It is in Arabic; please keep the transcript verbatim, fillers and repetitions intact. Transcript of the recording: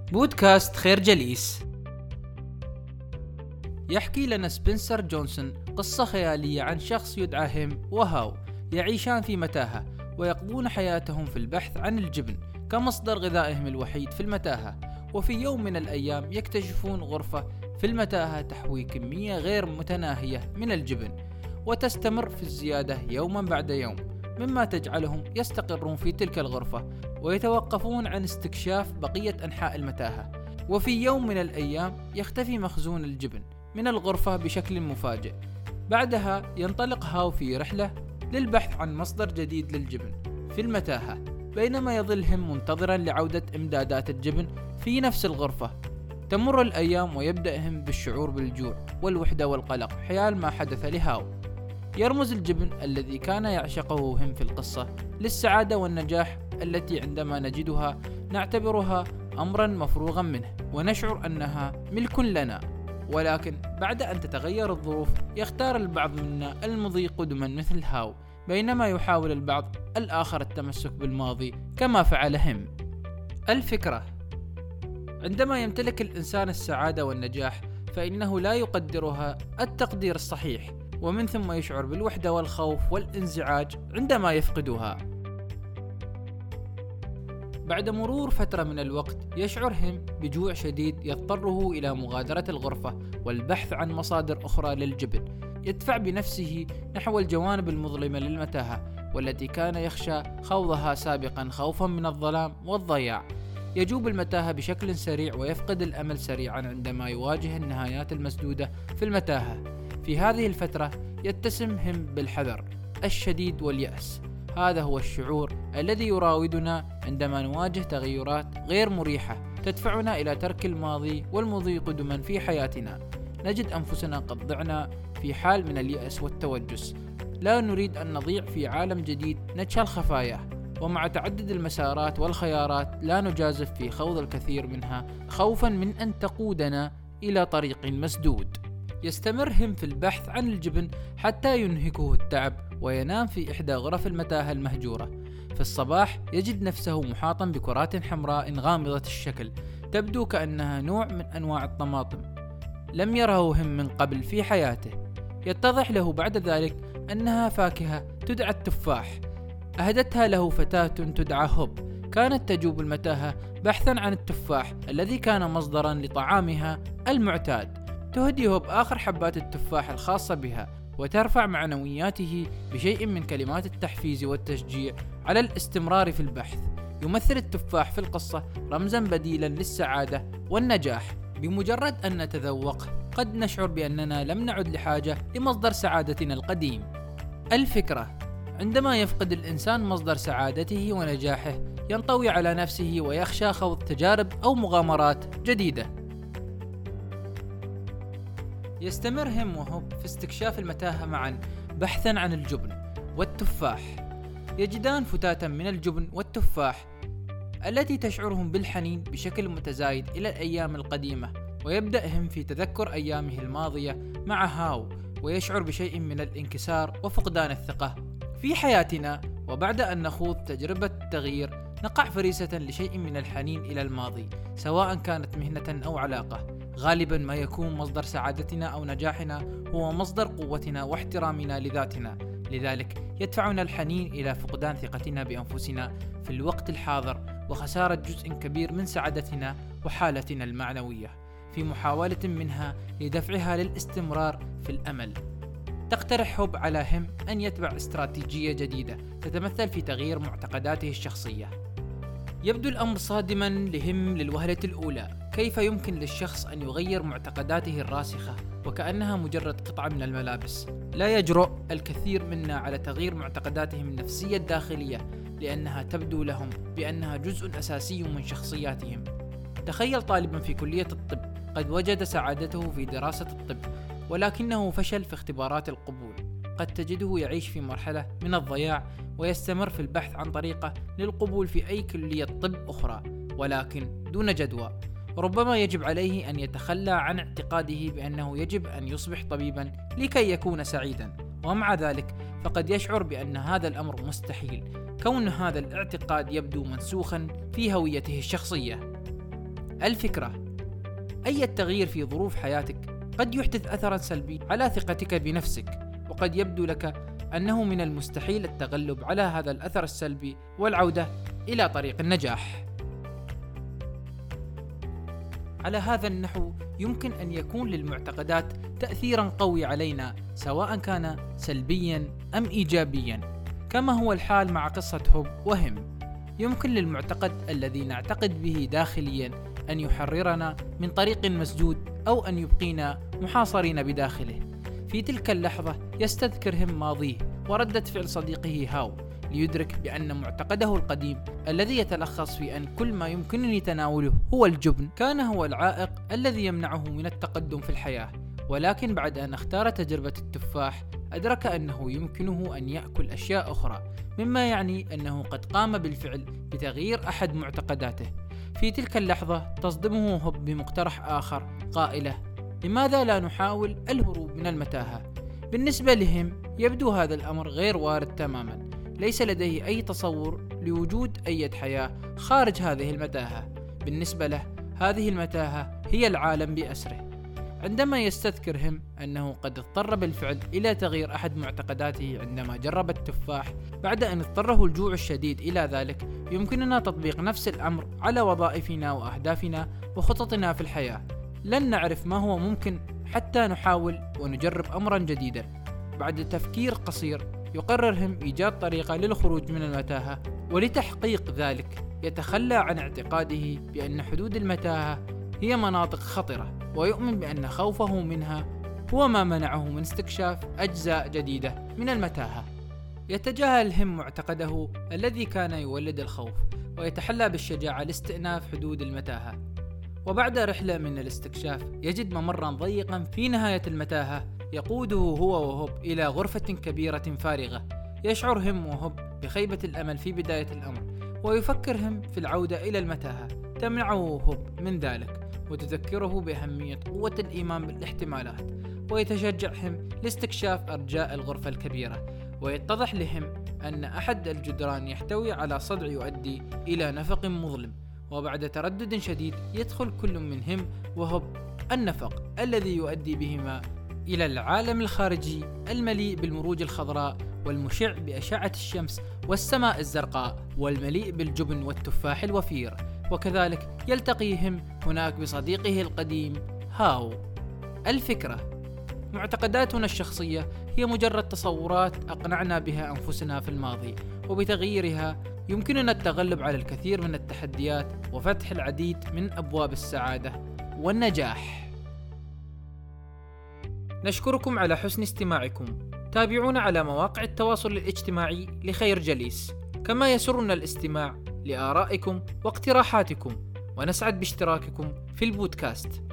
بودكاست خير جليس. يحكي لنا سبنسر جونسون قصة خيالية عن شخص يدعى هيم وهاو يعيشان في متاهة ويقضون حياتهم في البحث عن الجبن كمصدر غذائهم الوحيد في المتاهة. وفي يوم من الأيام يكتشفون غرفة في المتاهة تحوي كمية غير متناهية من الجبن، وتستمر في الزيادة يوما بعد يوم، مما تجعلهم يستقرون في تلك الغرفة ويتوقفون عن استكشاف بقية أنحاء المتاهة. وفي يوم من الأيام يختفي مخزون الجبن من الغرفة بشكل مفاجئ. بعدها ينطلق هاو في رحلة للبحث عن مصدر جديد للجبن في المتاهة، بينما يظل هيم منتظرا لعودة إمدادات الجبن في نفس الغرفة. تمر الأيام ويبدأ هيم بالشعور بالجوع والوحدة والقلق حيال ما حدث لهاو. يرمز الجبن الذي كان يعشقه هيم في القصة للسعادة والنجاح التي عندما نجدها نعتبرها أمرا مفروغا منه ونشعر أنها ملك لنا، ولكن بعد أن تتغير الظروف يختار البعض منا المضي قدما مثل هاو، بينما يحاول البعض الآخر التمسك بالماضي كما فعل هيم. الفكرة: عندما يمتلك الإنسان السعادة والنجاح فإنه لا يقدرها التقدير الصحيح، ومن ثم يشعر بالوحدة والخوف والانزعاج عندما يفقدها. بعد مرور فترة من الوقت يشعر هيم بجوع شديد يضطره إلى مغادرة الغرفة والبحث عن مصادر أخرى للجبن. يدفع بنفسه نحو الجوانب المظلمة للمتاهة والتي كان يخشى خوضها سابقا خوفا من الظلام والضياع. يجوب المتاهة بشكل سريع ويفقد الأمل سريعا عندما يواجه النهايات المسدودة في المتاهة. في هذه الفترة يتسم هيم بالحذر الشديد واليأس. هذا هو الشعور الذي يراودنا عندما نواجه تغيرات غير مريحة تدفعنا إلى ترك الماضي والمضي قدما في حياتنا. نجد أنفسنا قد ضعنا في حال من اليأس والتوجس، لا نريد أن نضيع في عالم جديد نجهل خفاياه، ومع تعدد المسارات والخيارات لا نجازف في خوض الكثير منها خوفا من أن تقودنا إلى طريق مسدود. يستمر هيم في البحث عن الجبن حتى ينهكه التعب وينام في إحدى غرف المتاهة المهجورة. في الصباح يجد نفسه محاطا بكرات حمراء غامضة الشكل تبدو كأنها نوع من أنواع الطماطم لم يره هيم من قبل في حياته. يتضح له بعد ذلك أنها فاكهة تدعى التفاح، أهدتها له فتاة تدعى هوب، كانت تجوب المتاهة بحثا عن التفاح الذي كان مصدرا لطعامها المعتاد. تهدي هوب آخر حبات التفاح الخاصة بها وترفع معنوياته بشيء من كلمات التحفيز والتشجيع على الاستمرار في البحث. يمثل التفاح في القصة رمزا بديلا للسعادة والنجاح. بمجرد أن نتذوق قد نشعر بأننا لم نعد لحاجة لمصدر سعادتنا القديم. الفكرة: عندما يفقد الإنسان مصدر سعادته ونجاحه ينطوي على نفسه ويخشى خوض تجارب أو مغامرات جديدة. يستمر هيم وهوب في استكشاف المتاهة معا بحثا عن الجبن والتفاح. يجدان فتاة من الجبن والتفاح التي تشعرهم بالحنين بشكل متزايد إلى الأيام القديمة. ويبدأ هيم في تذكر أيامه الماضية مع هاو ويشعر بشيء من الانكسار وفقدان الثقة في حياتنا. وبعد أن نخوض تجربة التغيير نقع فريسة لشيء من الحنين إلى الماضي، سواء كانت مهنة أو علاقة. غالبا ما يكون مصدر سعادتنا أو نجاحنا هو مصدر قوتنا واحترامنا لذاتنا، لذلك يدفعنا الحنين إلى فقدان ثقتنا بأنفسنا في الوقت الحاضر وخسارة جزء كبير من سعادتنا وحالتنا المعنوية في محاولة منها لدفعها للاستمرار في الأمل. تقترح هوب على هيم أن يتبع استراتيجية جديدة تتمثل في تغيير معتقداته الشخصية. يبدو الأمر صادما لهيم للوهلة الأولى. كيف يمكن للشخص أن يغير معتقداته الراسخة وكأنها مجرد قطعة من الملابس؟ لا يجرؤ الكثير منا على تغيير معتقداتهم النفسية الداخلية لأنها تبدو لهم بأنها جزء أساسي من شخصياتهم. تخيل طالبا في كلية الطب قد وجد سعادته في دراسة الطب ولكنه فشل في اختبارات القبول. قد تجده يعيش في مرحلة من الضياع ويستمر في البحث عن طريقة للقبول في أي كلية طب أخرى ولكن دون جدوى. ربما يجب عليه أن يتخلى عن اعتقاده بأنه يجب أن يصبح طبيبا لكي يكون سعيدا، ومع ذلك فقد يشعر بأن هذا الأمر مستحيل كون هذا الاعتقاد يبدو منسوخا في هويته الشخصية. الفكرة: أي تغيير في ظروف حياتك قد يحدث أثرا سلبي على ثقتك بنفسك، وقد يبدو لك أنه من المستحيل التغلب على هذا الأثر السلبي والعودة إلى طريق النجاح. على هذا النحو يمكن أن يكون للمعتقدات تأثيرا قوي علينا، سواء كان سلبيا أم إيجابيا، كما هو الحال مع قصة هوب وهم. يمكن للمعتقد الذي نعتقد به داخليا أن يحررنا من طريق مسدود، أو أن يبقينا محاصرين بداخله. في تلك اللحظة يستذكر هم ماضيه وردة فعل صديقه هاو، ليدرك بأن معتقده القديم الذي يتلخص في أن كل ما يمكنني تناوله هو الجبن كان هو العائق الذي يمنعه من التقدم في الحياة. ولكن بعد أن اختار تجربة التفاح أدرك أنه يمكنه أن يأكل أشياء أخرى، مما يعني أنه قد قام بالفعل بتغيير أحد معتقداته. في تلك اللحظة تصدمه هوب بمقترح آخر قائلة: لماذا لا نحاول الهروب من المتاهة؟ بالنسبة لهم يبدو هذا الأمر غير وارد تماما، ليس لديه أي تصور لوجود أي حياة خارج هذه المتاهة. بالنسبة له هذه المتاهة هي العالم بأسره. عندما يستذكر هم أنه قد اضطر بالفعل إلى تغيير أحد معتقداته عندما جرب التفاح بعد أن اضطره الجوع الشديد إلى ذلك، يمكننا تطبيق نفس الأمر على وظائفنا وأهدافنا وخططنا في الحياة. لن نعرف ما هو ممكن حتى نحاول ونجرب أمرا جديدا. بعد تفكير قصير يقرر هم إيجاد طريقة للخروج من المتاهة، ولتحقيق ذلك يتخلى عن اعتقاده بأن حدود المتاهة هي مناطق خطرة، ويؤمن بأن خوفه منها هو ما منعه من استكشاف أجزاء جديدة من المتاهة. يتجاهل هم معتقده الذي كان يولد الخوف، ويتحلى بالشجاعة لاستئناف حدود المتاهة. وبعد رحلة من الاستكشاف يجد ممرا ضيقا في نهاية المتاهة يقوده هو وهوب إلى غرفة كبيرة فارغة. يشعر هم وهوب بخيبة الأمل في بداية الأمر، ويفكر هم في العودة إلى المتاهة. تمنعه هوب من ذلك وتذكره بأهمية قوة الإيمان بالاحتمالات، ويتشجع هم لاستكشاف أرجاء الغرفة الكبيرة. ويتضح لهم أن أحد الجدران يحتوي على صدع يؤدي إلى نفق مظلم، وبعد تردد شديد يدخل كل منهم وهوب النفق الذي يؤدي بهما إلى العالم الخارجي المليء بالمروج الخضراء والمشع بأشعة الشمس والسماء الزرقاء، والمليء بالجبن والتفاح الوفير. وكذلك يلتقيهم هناك بصديقه القديم هاو. الفكرة: معتقداتنا الشخصية هي مجرد تصورات أقنعنا بها أنفسنا في الماضي، وبتغييرها يمكننا التغلب على الكثير من التحديات وفتح العديد من أبواب السعادة والنجاح. نشكركم على حسن استماعكم. تابعونا على مواقع التواصل الاجتماعي لخير جليس، كما يسرنا الاستماع لآرائكم واقتراحاتكم، ونسعد باشتراككم في البودكاست.